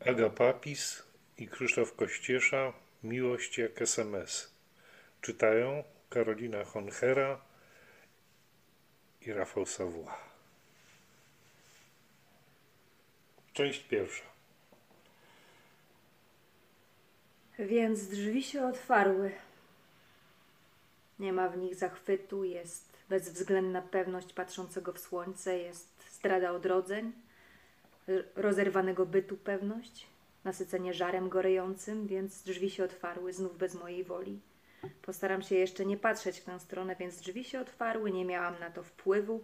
Aga Papis i Krzysztof Kościesza Miłość jak SMS. Czytają Karolina Honchera i Rafał Sawła. Część pierwsza. Więc drzwi się otwarły. Nie ma w nich zachwytu, jest bezwzględna pewność patrzącego w słońce, jest zdrada odrodzeń, rozerwanego bytu pewność, nasycenie żarem gorejącym, więc drzwi się otwarły, znów bez mojej woli. Postaram się jeszcze nie patrzeć w tę stronę, więc drzwi się otwarły, nie miałam na to wpływu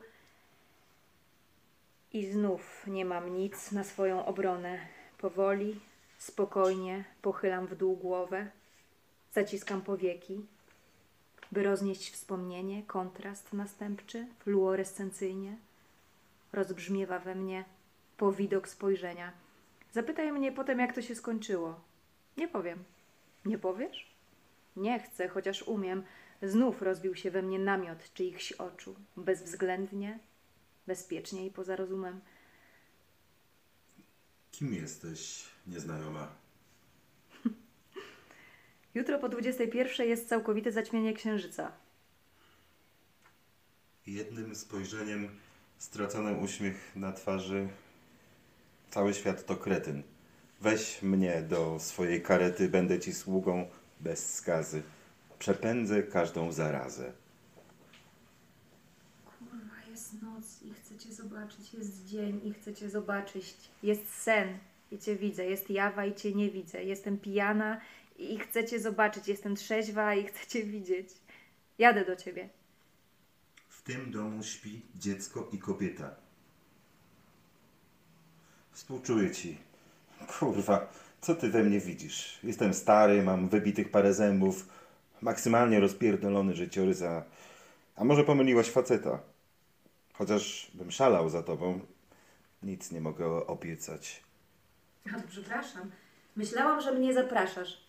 i znów nie mam nic na swoją obronę. Powoli, spokojnie pochylam w dół głowę, zaciskam powieki, by roznieść wspomnienie, kontrast następczy, fluorescencyjnie. Rozbrzmiewa we mnie powidok spojrzenia. Zapytaj mnie potem, jak to się skończyło. Nie powiem. Nie powiesz? Nie chcę, chociaż umiem. Znów rozbił się we mnie namiot czyichś oczu. Bezwzględnie, bezpiecznie i poza rozumem. Kim jesteś, nieznajoma? Jutro po 21 jest całkowite zaćmienie księżyca. Jednym spojrzeniem stracony uśmiech na twarzy. Cały świat to kretyn. Weź mnie do swojej karety, będę ci sługą bez skazy. Przepędzę każdą zarazę. Kurwa, jest noc i chcę cię zobaczyć. Jest dzień i chcę cię zobaczyć. Jest sen i cię widzę. Jest jawa i cię nie widzę. Jestem pijana i chcę cię zobaczyć. Jestem trzeźwa i chcę cię widzieć. Jadę do ciebie. W tym domu śpi dziecko i kobieta. Współczuję ci. Kurwa, co ty we mnie widzisz? Jestem stary, mam wybitych parę zębów, maksymalnie rozpierdolony życiorys, a może pomyliłaś faceta? Chociaż bym szalał za tobą, nic nie mogę obiecać. A to przepraszam. Myślałam, że mnie zapraszasz.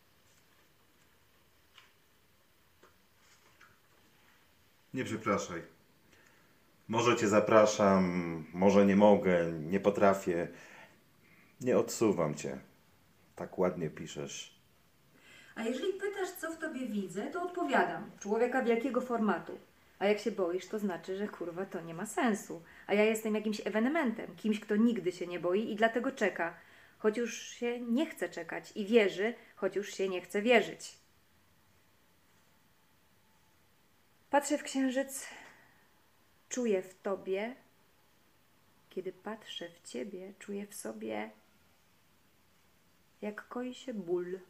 Nie przepraszaj. Może cię zapraszam, może nie mogę, nie potrafię. Nie odsuwam cię. Tak ładnie piszesz. A jeżeli pytasz, co w tobie widzę, to odpowiadam. Człowieka wielkiego formatu. A jak się boisz, to znaczy, że kurwa to nie ma sensu. A ja jestem jakimś ewenementem, kimś, kto nigdy się nie boi i dlatego czeka. Choć już się nie chce czekać i wierzy, choć już się nie chce wierzyć. Patrzę w księżyc, czuję w tobie. Kiedy patrzę w ciebie, czuję w sobie, jak koi się ból.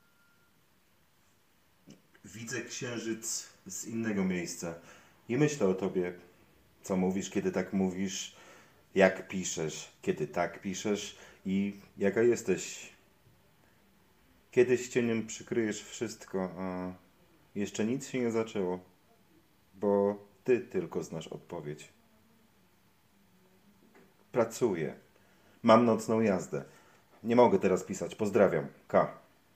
Widzę księżyc z innego miejsca i myślę o tobie. Co mówisz, kiedy tak mówisz, jak piszesz, kiedy tak piszesz i jaka jesteś. Kiedyś cieniem przykryjesz wszystko, a jeszcze nic się nie zaczęło, bo ty tylko znasz odpowiedź. Pracuję. Mam nocną jazdę. Nie mogę teraz pisać. Pozdrawiam. K.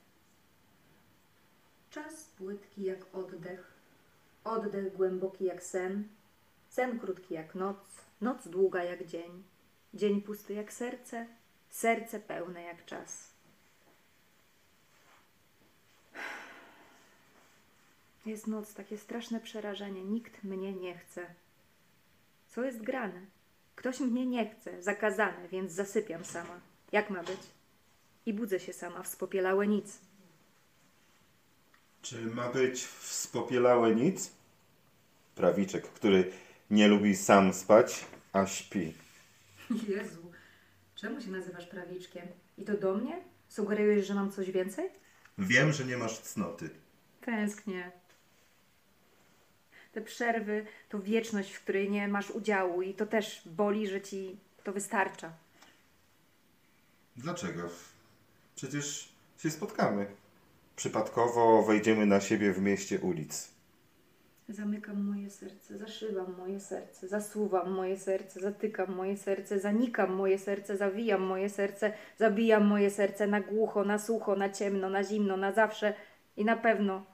Czas płytki jak oddech, oddech głęboki jak sen, sen krótki jak noc, noc długa jak dzień, dzień pusty jak serce, serce pełne jak czas. Jest noc, takie straszne przerażenie, nikt mnie nie chce. Co jest grane? Ktoś mnie nie chce, zakazane, więc zasypiam sama. Jak ma być? I budzę się sama w spopielałe nic. Czy ma być wspopielałe nic? Prawiczek, który nie lubi sam spać, a śpi. Jezu, czemu się nazywasz prawiczkiem? I to do mnie? Sugerujesz, że mam coś więcej? Wiem, że nie masz cnoty. Tęsknię. Te przerwy to wieczność, w której nie masz udziału i to też boli, że ci to wystarcza. Dlaczego? Przecież się spotkamy. Przypadkowo wejdziemy na siebie w mieście ulic. Zamykam moje serce, zaszywam moje serce, zasuwam moje serce, zatykam moje serce, zanikam moje serce, zawijam moje serce, zabijam moje serce na głucho, na sucho, na ciemno, na zimno, na zawsze i na pewno.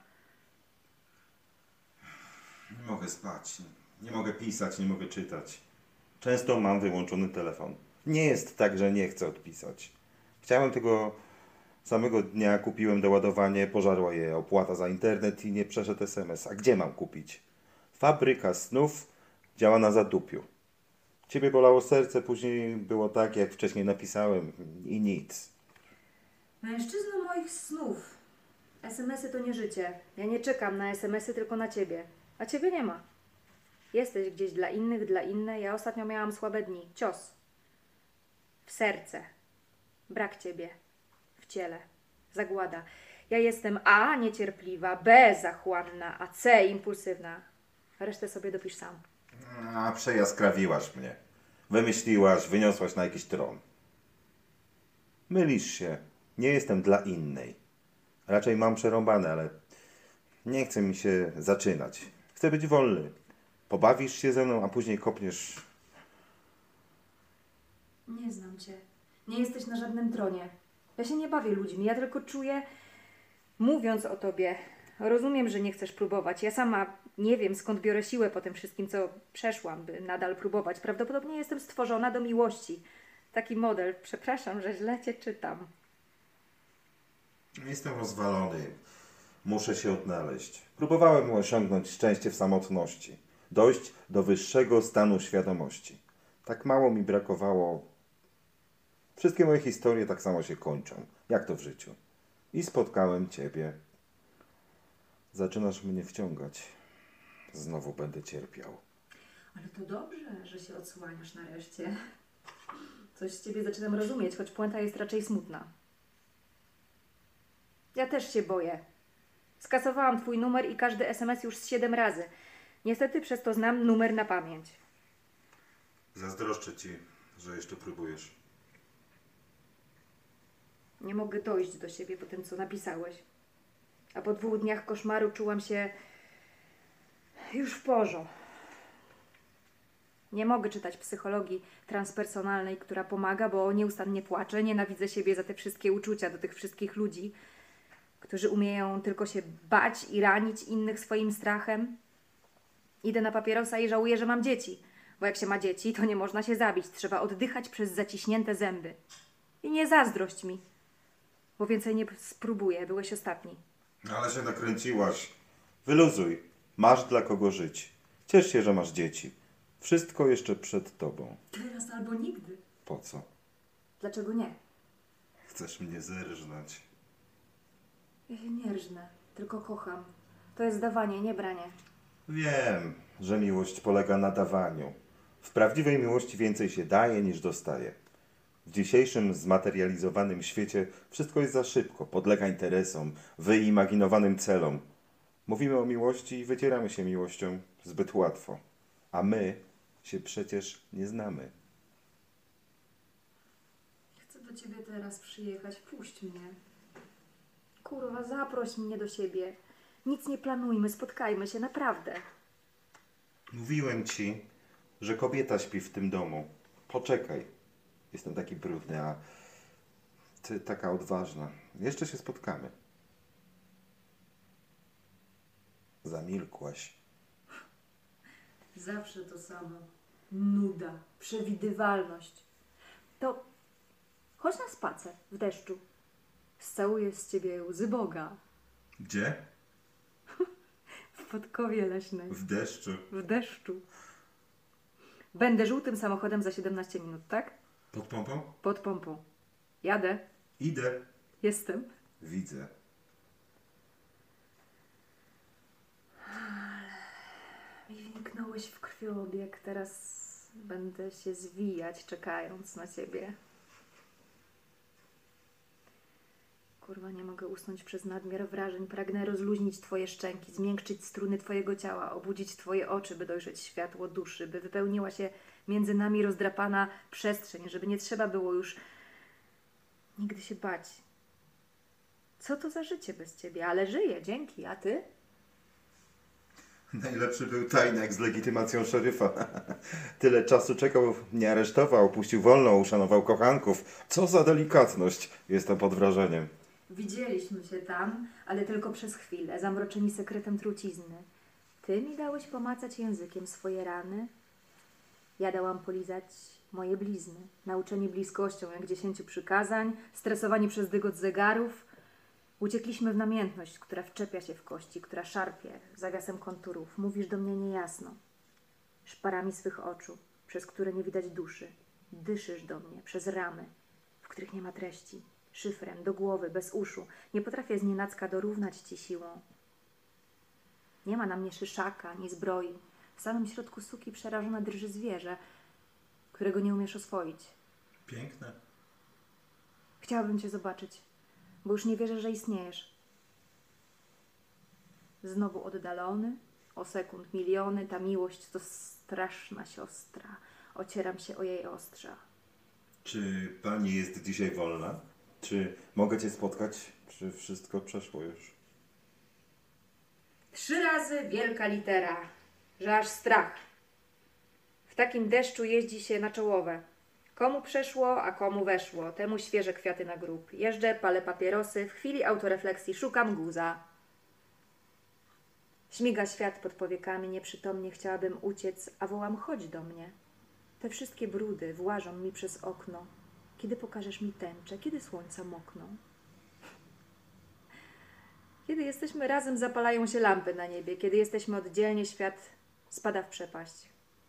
Nie mogę spać, nie mogę pisać, nie mogę czytać. Często mam wyłączony telefon. Nie jest tak, że nie chcę odpisać. Chciałem tego samego dnia, kupiłem doładowanie, pożarła je opłata za internet i nie przeszedł SMS. A gdzie mam kupić? Fabryka snów działa na zadupiu. Ciebie bolało serce, później było tak, jak wcześniej napisałem i nic. Mężczyzno moich snów. SMS-y to nie życie. Ja nie czekam na SMS-y, tylko na ciebie. A ciebie nie ma. Jesteś gdzieś dla innych, dla inne. Ja ostatnio miałam słabe dni. Cios. W serce. Brak ciebie. W ciele. Zagłada. Ja jestem A. niecierpliwa, B. zachłanna, a C. impulsywna. Resztę sobie dopisz sam. A przejaskrawiłaś mnie. Wymyśliłaś, wyniosłaś na jakiś tron. Mylisz się. Nie jestem dla innej. Raczej mam przerąbane, ale nie chce mi się zaczynać. Chcę być wolny. Pobawisz się ze mną, a później kopniesz. Nie znam cię. Nie jesteś na żadnym tronie. Ja się nie bawię ludźmi. Ja tylko czuję, mówiąc o tobie, rozumiem, że nie chcesz próbować. Ja sama nie wiem, skąd biorę siłę po tym wszystkim, co przeszłam, by nadal próbować. Prawdopodobnie jestem stworzona do miłości. Taki model. Przepraszam, że źle cię czytam. Jestem rozwalony. Muszę się odnaleźć. Próbowałem osiągnąć szczęście w samotności. Dojść do wyższego stanu świadomości. Tak mało mi brakowało. Wszystkie moje historie tak samo się kończą. Jak to w życiu. I spotkałem ciebie. Zaczynasz mnie wciągać. Znowu będę cierpiał. Ale to dobrze, że się odsłaniasz nareszcie. Coś z ciebie zaczynam rozumieć, choć puenta jest raczej smutna. Ja też się boję. Skasowałam twój numer i każdy SMS już z 7 razy. Niestety przez to znam numer na pamięć. Zazdroszczę ci, że jeszcze próbujesz. Nie mogę dojść do siebie po tym, co napisałeś. A po 2 dniach koszmaru czułam się już w porządku. Nie mogę czytać psychologii transpersonalnej, która pomaga, bo nieustannie płaczę. Nienawidzę siebie za te wszystkie uczucia do tych wszystkich ludzi, którzy umieją tylko się bać i ranić innych swoim strachem. Idę na papierosa i żałuję, że mam dzieci. Bo jak się ma dzieci, to nie można się zabić. Trzeba oddychać przez zaciśnięte zęby. I nie zazdrość mi, bo więcej nie spróbuję. Byłeś ostatni. Ale się nakręciłaś. Wyluzuj. Masz dla kogo żyć. Ciesz się, że masz dzieci. Wszystko jeszcze przed tobą. Teraz albo nigdy. Po co? Dlaczego nie? Chcesz mnie zerżnąć. Ja się nie rżnę, tylko kocham. To jest dawanie, nie branie. Wiem, że miłość polega na dawaniu. W prawdziwej miłości więcej się daje niż dostaje. W dzisiejszym zmaterializowanym świecie wszystko jest za szybko, podlega interesom, wyimaginowanym celom. Mówimy o miłości i wycieramy się miłością zbyt łatwo. A my się przecież nie znamy. Chcę do ciebie teraz przyjechać, puść mnie. Kurwa, zaproś mnie do siebie. Nic nie planujmy, spotkajmy się, naprawdę. Mówiłem ci, że kobieta śpi w tym domu. Poczekaj. Jestem taki brudny, a ty taka odważna. Jeszcze się spotkamy. Zamilkłaś. Zawsze to samo. Nuda, przewidywalność. To chodź na spacer w deszczu. Scałuję z ciebie łzy Boga. Gdzie? W Podkowie Leśnej. W deszczu. W deszczu. Będę żółtym samochodem za 17 minut, tak? Pod pompą? Pod pompą. Jadę. Idę. Jestem. Widzę. I wniknąłeś w krwiobieg. Teraz będę się zwijać, czekając na ciebie. Kurwa, nie mogę usnąć przez nadmiar wrażeń. Pragnę rozluźnić twoje szczęki, zmiękczyć struny twojego ciała, obudzić twoje oczy, by dojrzeć światło duszy, by wypełniła się między nami rozdrapana przestrzeń, żeby nie trzeba było już nigdy się bać. Co to za życie bez ciebie? Ale żyję, dzięki. A ty? Najlepszy był tajniak z legitymacją szeryfa. Tyle czasu czekał, nie aresztował, puścił wolno, uszanował kochanków. Co za delikatność. Jestem pod wrażeniem. Widzieliśmy się tam, ale tylko przez chwilę, zamroczeni sekretem trucizny. Ty mi dałeś pomacać językiem swoje rany. Ja dałam polizać Moje blizny, nauczeni bliskością jak 10 przykazań, stresowani przez dygot zegarów. Uciekliśmy w namiętność, która wczepia się w kości, która szarpie zawiasem konturów. Mówisz do mnie niejasno, szparami swych oczu, przez które nie widać duszy. Dyszysz do mnie przez ramy, w których nie ma treści. Szyfrem, do głowy, bez uszu. Nie potrafię znienacka dorównać ci siłą. Nie ma na mnie szyszaka, ni zbroi. W samym środku suki przerażone drży zwierzę, którego nie umiesz oswoić. Piękne. Chciałabym cię zobaczyć, bo już nie wierzę, że istniejesz. Znowu oddalony, o sekund miliony, ta miłość to straszna siostra. Ocieram się o jej ostrza. Czy pani jest dzisiaj wolna? Czy mogę cię spotkać? Czy wszystko przeszło już? 3 razy wielka litera, że aż strach. W takim deszczu jeździ się na czołowe. Komu przeszło, a komu weszło, temu świeże kwiaty na grób. Jeżdżę, palę papierosy, w chwili autorefleksji szukam guza. Śmiga świat pod powiekami, nieprzytomnie chciałabym uciec, a wołam: chodź do mnie. Te wszystkie brudy włażą mi przez okno. Kiedy pokażesz mi tęczę, kiedy słońca mokną? Kiedy jesteśmy razem, zapalają się lampy na niebie. Kiedy jesteśmy oddzielnie, świat spada w przepaść.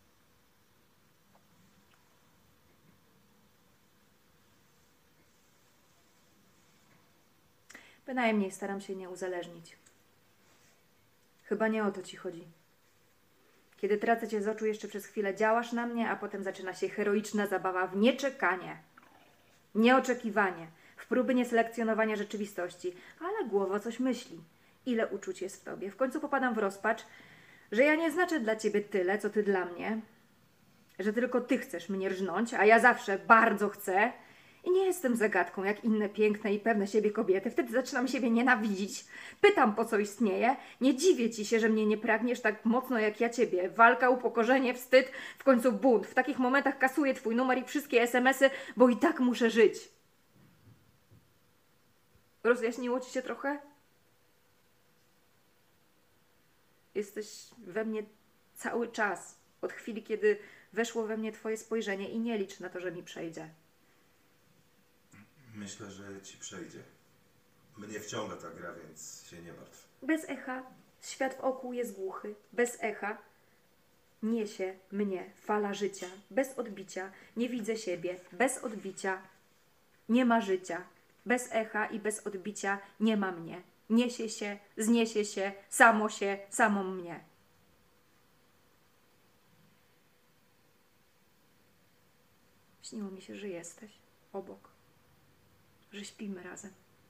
Bynajmniej staram się nie uzależnić. Chyba nie o to ci chodzi. Kiedy tracę cię z oczu, jeszcze przez chwilę działasz na mnie, a potem zaczyna się heroiczna zabawa w nieczekanie, nieoczekiwanie, w próby nieselekcjonowania rzeczywistości. Ale głowa coś myśli. Ile uczuć jest w tobie. W końcu popadam w rozpacz, że ja nie znaczę dla ciebie tyle, co ty dla mnie, że tylko ty chcesz mnie rżnąć, a ja zawsze bardzo chcę. I nie jestem zagadką, jak inne piękne i pewne siebie kobiety. Wtedy zaczynam siebie nienawidzić. Pytam, po co istnieję. Nie dziwię ci się, że mnie nie pragniesz tak mocno jak ja ciebie. Walka, upokorzenie, wstyd, w końcu bunt. W takich momentach kasuję twój numer i wszystkie SMS-y, bo i tak muszę żyć. Rozjaśniło ci się trochę? Jesteś we mnie cały czas. Od chwili, kiedy weszło we mnie twoje spojrzenie i nie licz na to, że mi przejdzie. Myślę, że ci przejdzie. Mnie wciąga ta gra, więc się nie martw. Bez echa świat wokół jest głuchy. Bez echa niesie mnie fala życia. Bez odbicia nie widzę siebie. Bez odbicia nie ma życia. Bez echa i bez odbicia nie ma mnie. Niesie się, zniesie się, samą mnie. Śniło mi się, że jesteś obok. Że śpimy razem.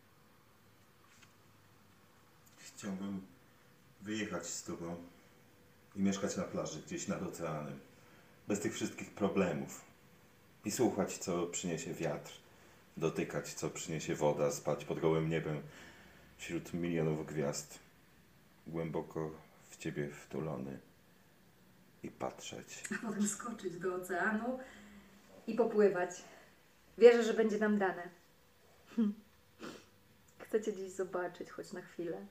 Chciałbym wyjechać z tobą i mieszkać na plaży, gdzieś nad oceanem. Bez tych wszystkich problemów. I słuchać, co przyniesie wiatr. Dotykać, co przyniesie woda. Spać pod gołym niebem wśród milionów gwiazd. Głęboko w ciebie wtulony. I patrzeć. A potem skoczyć do oceanu i popływać. Wierzę, że będzie nam dane. Chcę cię dziś zobaczyć, choć na chwilę.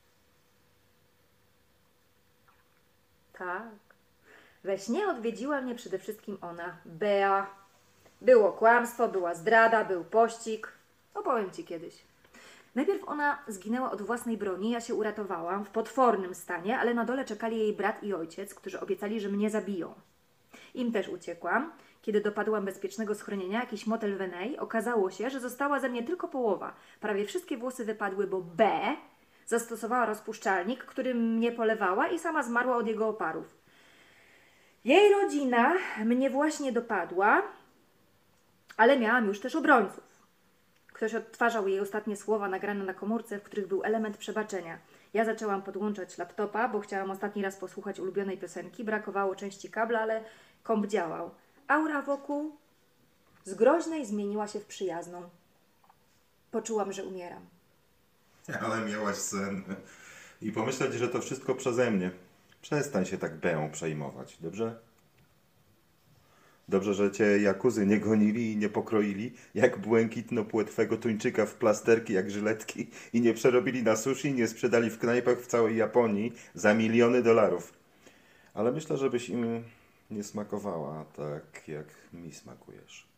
Tak. We śnie odwiedziła mnie przede wszystkim ona, Bea. Było kłamstwo, była zdrada, był pościg. Opowiem ci kiedyś. Najpierw ona zginęła od własnej broni, ja się uratowałam w potwornym stanie, ale na dole czekali jej brat i ojciec, którzy obiecali, że mnie zabiją. Im też uciekłam. Kiedy dopadłam bezpiecznego schronienia, jakiś motel Wenej, okazało się, że została ze mnie tylko połowa. Prawie wszystkie włosy wypadły, bo B zastosowała rozpuszczalnik, którym mnie polewała i sama zmarła od jego oparów. Jej rodzina mnie właśnie dopadła, ale miałam już też obrońców. Ktoś odtwarzał jej ostatnie słowa nagrane na komórce, w których był element przebaczenia. Ja zaczęłam podłączać laptopa, bo chciałam ostatni raz posłuchać ulubionej piosenki. Brakowało części kabla, ale komp działał. Aura wokół z groźnej zmieniła się w przyjazną. Poczułam, że umieram. Ale miałaś sen. I pomyśleć, że to wszystko przeze mnie. Przestań się tak Beą przejmować, dobrze? Dobrze, że cię jakuzy nie gonili i nie pokroili jak błękitno-płetwego tuńczyka w plasterki jak żyletki i nie przerobili na sushi i nie sprzedali w knajpach w całej Japonii za miliony dolarów. Ale myślę, żebyś im nie smakowała tak, jak mi smakujesz.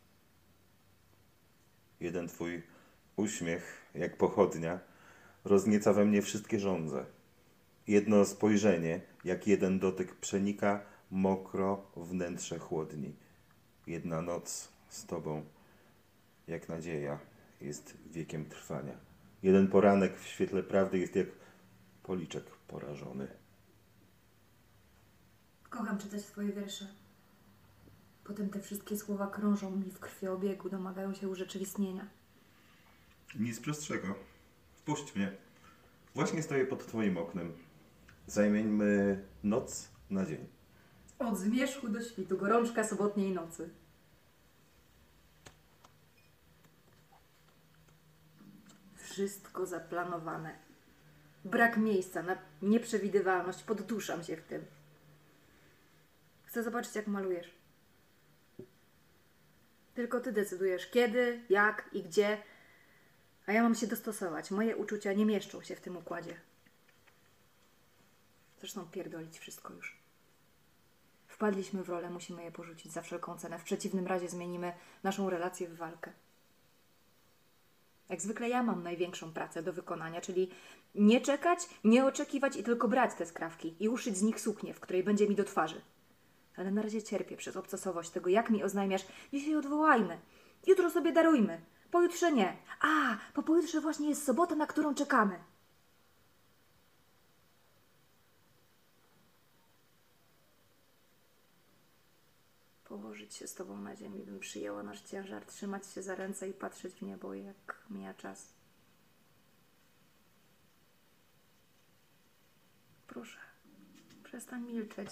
Jeden twój uśmiech, jak pochodnia, roznieca we mnie wszystkie żądze. Jedno spojrzenie, jak jeden dotyk przenika mokro wnętrze chłodni. Jedna noc z tobą, jak nadzieja, jest wiekiem trwania. Jeden poranek w świetle prawdy jest jak policzek porażony. Kocham czytać twoje wiersze. Potem te wszystkie słowa krążą mi w krwiobiegu, domagają się urzeczywistnienia. Nic prostszego. Wpuść mnie. Właśnie stoję pod twoim oknem. Zamieńmy noc na dzień. Od zmierzchu do świtu, gorączka sobotniej nocy. Wszystko zaplanowane. Brak miejsca na nieprzewidywalność. Podduszam się w tym. Chcę zobaczyć, jak malujesz. Tylko ty decydujesz kiedy, jak i gdzie, a ja mam się dostosować. Moje uczucia nie mieszczą się w tym układzie. Zresztą pierdolić wszystko już. Wpadliśmy w rolę, musimy je porzucić za wszelką cenę. W przeciwnym razie zmienimy naszą relację w walkę. Jak zwykle ja mam największą pracę do wykonania, czyli nie czekać, nie oczekiwać i tylko brać te skrawki i uszyć z nich suknię, w której będzie mi do twarzy. Ale na razie cierpię przez obcesowość tego, jak mi oznajmiasz, dzisiaj odwołajmy, jutro sobie darujmy, pojutrze nie. A, po pojutrze właśnie jest sobota, na którą czekamy. Położyć się z tobą na ziemi, bym przyjęła nasz ciężar, trzymać się za ręce i patrzeć w niebo, jak mija czas. Proszę, przestań milczeć.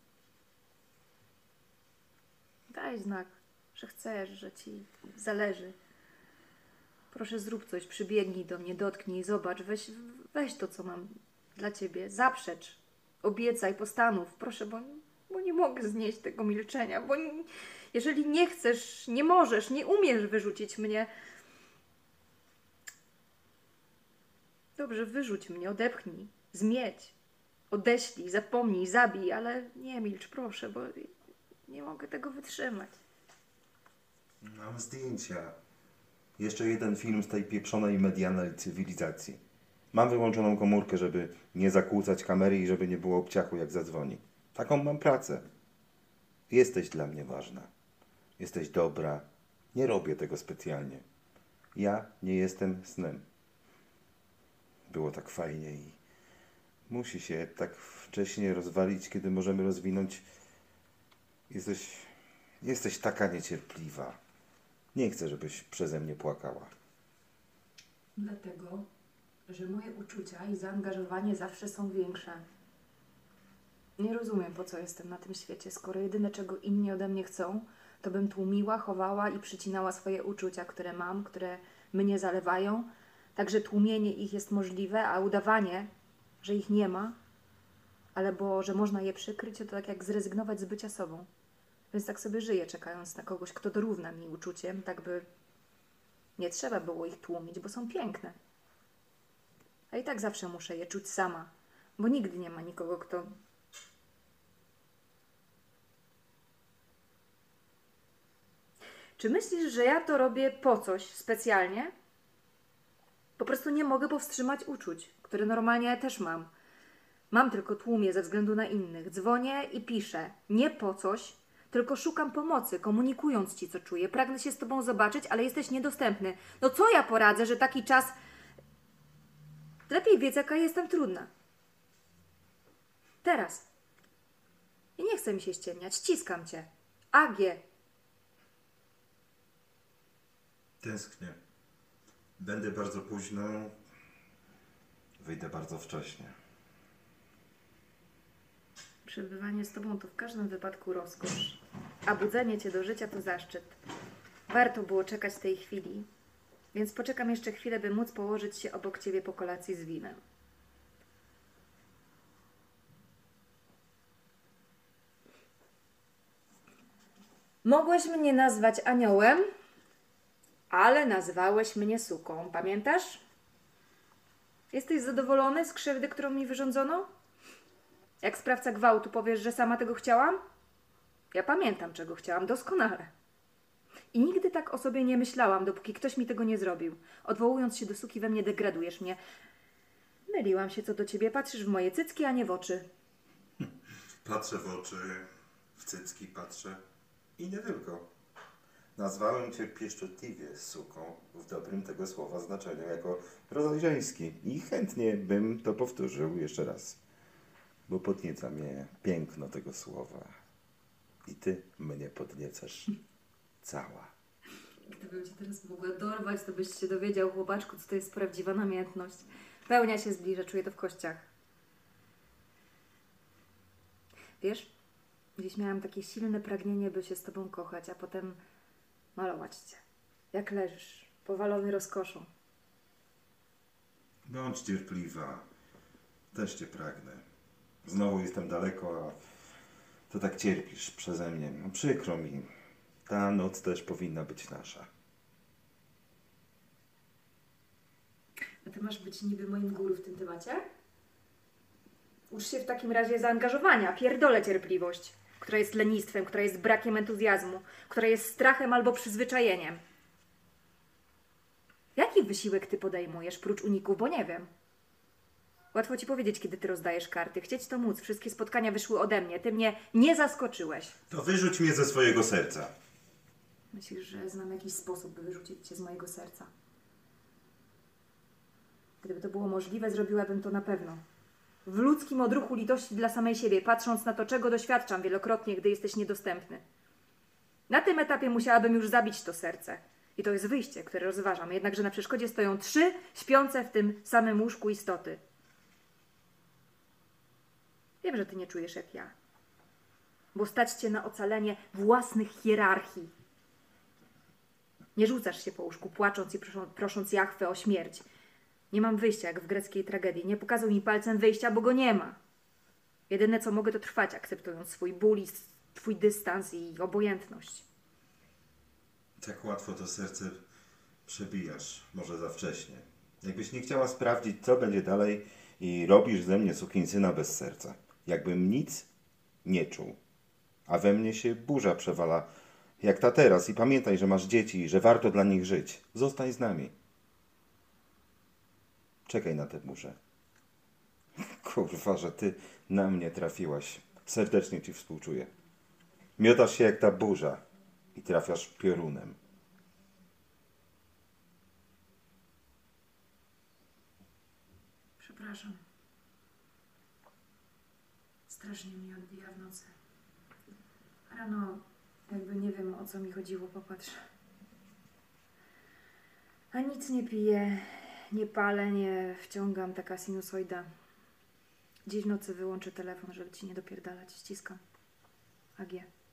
Daj znak, że chcesz, że ci zależy. Proszę, zrób coś, przybiegnij do mnie, dotknij, zobacz, weź to, co mam dla ciebie, zaprzecz, obiecaj, postanów, proszę, bo nie mogę znieść tego milczenia, jeżeli nie chcesz, nie możesz, nie umiesz wyrzucić mnie, dobrze, wyrzuć mnie, odepchnij, zmieć, odeślij, zapomnij, zabij, ale nie milcz, proszę, bo nie mogę tego wytrzymać. Mam zdjęcia. Jeszcze jeden film z tej pieprzonej medialnej cywilizacji. Mam wyłączoną komórkę, żeby nie zakłócać kamery i żeby nie było obciachu, jak zadzwoni. Taką mam pracę. Jesteś dla mnie ważna. Jesteś dobra. Nie robię tego specjalnie. Ja nie jestem snem. Było tak fajnie i musi się tak wcześnie rozwalić, kiedy możemy rozwinąć. Jesteś taka niecierpliwa. Nie chcę, żebyś przeze mnie płakała. Dlatego, że moje uczucia i zaangażowanie zawsze są większe. Nie rozumiem, po co jestem na tym świecie, skoro jedyne, czego inni ode mnie chcą, to bym tłumiła, chowała i przycinała swoje uczucia, które mam, które mnie zalewają. Także tłumienie ich jest możliwe, a udawanie, że ich nie ma, albo że można je przykryć, to tak jak zrezygnować z bycia sobą. Więc tak sobie żyję, czekając na kogoś, kto dorówna mi uczuciem, tak by nie trzeba było ich tłumić, bo są piękne. A i tak zawsze muszę je czuć sama, bo nigdy nie ma nikogo, kto... Czy myślisz, że ja to robię po coś specjalnie? Po prostu nie mogę powstrzymać uczuć, które normalnie też mam. Mam tylko tłumię ze względu na innych. Dzwonię i piszę. Nie po coś, tylko szukam pomocy, komunikując ci, co czuję. Pragnę się z tobą zobaczyć, ale jesteś niedostępny. No co ja poradzę, że taki czas... Lepiej wiedz, jaka jestem trudna. Teraz. I nie chcę mi się ściemniać. Ściskam cię. AG. Tęsknię. Będę bardzo późno. Wyjdę bardzo wcześnie. Przebywanie z tobą to w każdym wypadku rozkosz, a budzenie cię do życia to zaszczyt. Warto było czekać tej chwili, więc poczekam jeszcze chwilę, by móc położyć się obok ciebie po kolacji z winem. Mogłeś mnie nazwać aniołem, ale nazwałeś mnie suką. Pamiętasz? Jesteś zadowolony z krzywdy, którą mi wyrządzono? Jak sprawca gwałtu powiesz, że sama tego chciałam? Ja pamiętam, czego chciałam doskonale. I nigdy tak o sobie nie myślałam, dopóki ktoś mi tego nie zrobił. Odwołując się do suki we mnie, degradujesz mnie. Myliłam się co do ciebie. Patrzysz w moje cycki, a nie w oczy. Patrzę w oczy, w cycki patrzę i nie tylko. Nazwałem cię pieszczotliwie suką, w dobrym tego słowa znaczeniu, jako rodzaj żeński. I chętnie bym to powtórzył jeszcze raz, bo podnieca mnie piękno tego słowa. I ty mnie podniecasz cała. Gdybym cię teraz mogła dorwać, to byś się dowiedział, chłopaczku, co to jest prawdziwa namiętność. Pełnia się zbliża, czuję to w kościach. Wiesz, gdzieś miałam takie silne pragnienie, by się z tobą kochać, a potem malować cię. Jak leżysz, powalony rozkoszą. Bądź cierpliwa. Też cię pragnę. Znowu jestem daleko, a to tak cierpisz przeze mnie. No, przykro mi. Ta noc też powinna być nasza. A ty masz być niby moim guru w tym temacie? Ucz się w takim razie zaangażowania. Pierdolę cierpliwość, która jest lenistwem, która jest brakiem entuzjazmu, która jest strachem albo przyzwyczajeniem. Jaki wysiłek ty podejmujesz, prócz uników, bo nie wiem. Łatwo ci powiedzieć, kiedy ty rozdajesz karty. Chcieć to móc. Wszystkie spotkania wyszły ode mnie. Ty mnie nie zaskoczyłeś. To wyrzuć mnie ze swojego serca. Myślisz, że znam jakiś sposób, by wyrzucić cię z mojego serca? Gdyby to było możliwe, zrobiłabym to na pewno. W ludzkim odruchu litości dla samej siebie, patrząc na to, czego doświadczam wielokrotnie, gdy jesteś niedostępny. Na tym etapie musiałabym już zabić to serce. I to jest wyjście, które rozważam. Jednakże na przeszkodzie stoją 3 śpiące w tym samym łóżku istoty. Wiem, że ty nie czujesz jak ja. Bo stać cię na ocalenie własnych hierarchii. Nie rzucasz się po łóżku, płacząc i prosząc Jahwe o śmierć. Nie mam wyjścia, jak w greckiej tragedii. Nie pokazał mi palcem wyjścia, bo go nie ma. Jedyne, co mogę, to trwać, akceptując swój ból i twój dystans i obojętność. Tak łatwo to serce przebijasz. Może za wcześnie. Jakbyś nie chciała sprawdzić, co będzie dalej i robisz ze mnie sukinsyna bez serca. Jakbym nic nie czuł. A we mnie się burza przewala, jak ta teraz. I pamiętaj, że masz dzieci i że warto dla nich żyć. Zostań z nami. Czekaj na tę burzę. Kurwa, że ty na mnie trafiłaś. Serdecznie ci współczuję. Miotasz się jak ta burza i trafiasz piorunem. Przepraszam. Strasznie mi odbija w nocy. Rano, jakby nie wiem, o co mi chodziło, popatrz. A nic nie piję, nie palę, nie wciągam, taka sinusoida. Dziś w nocy wyłączę telefon, żeby ci nie dopierdalać. Ściskam. AG.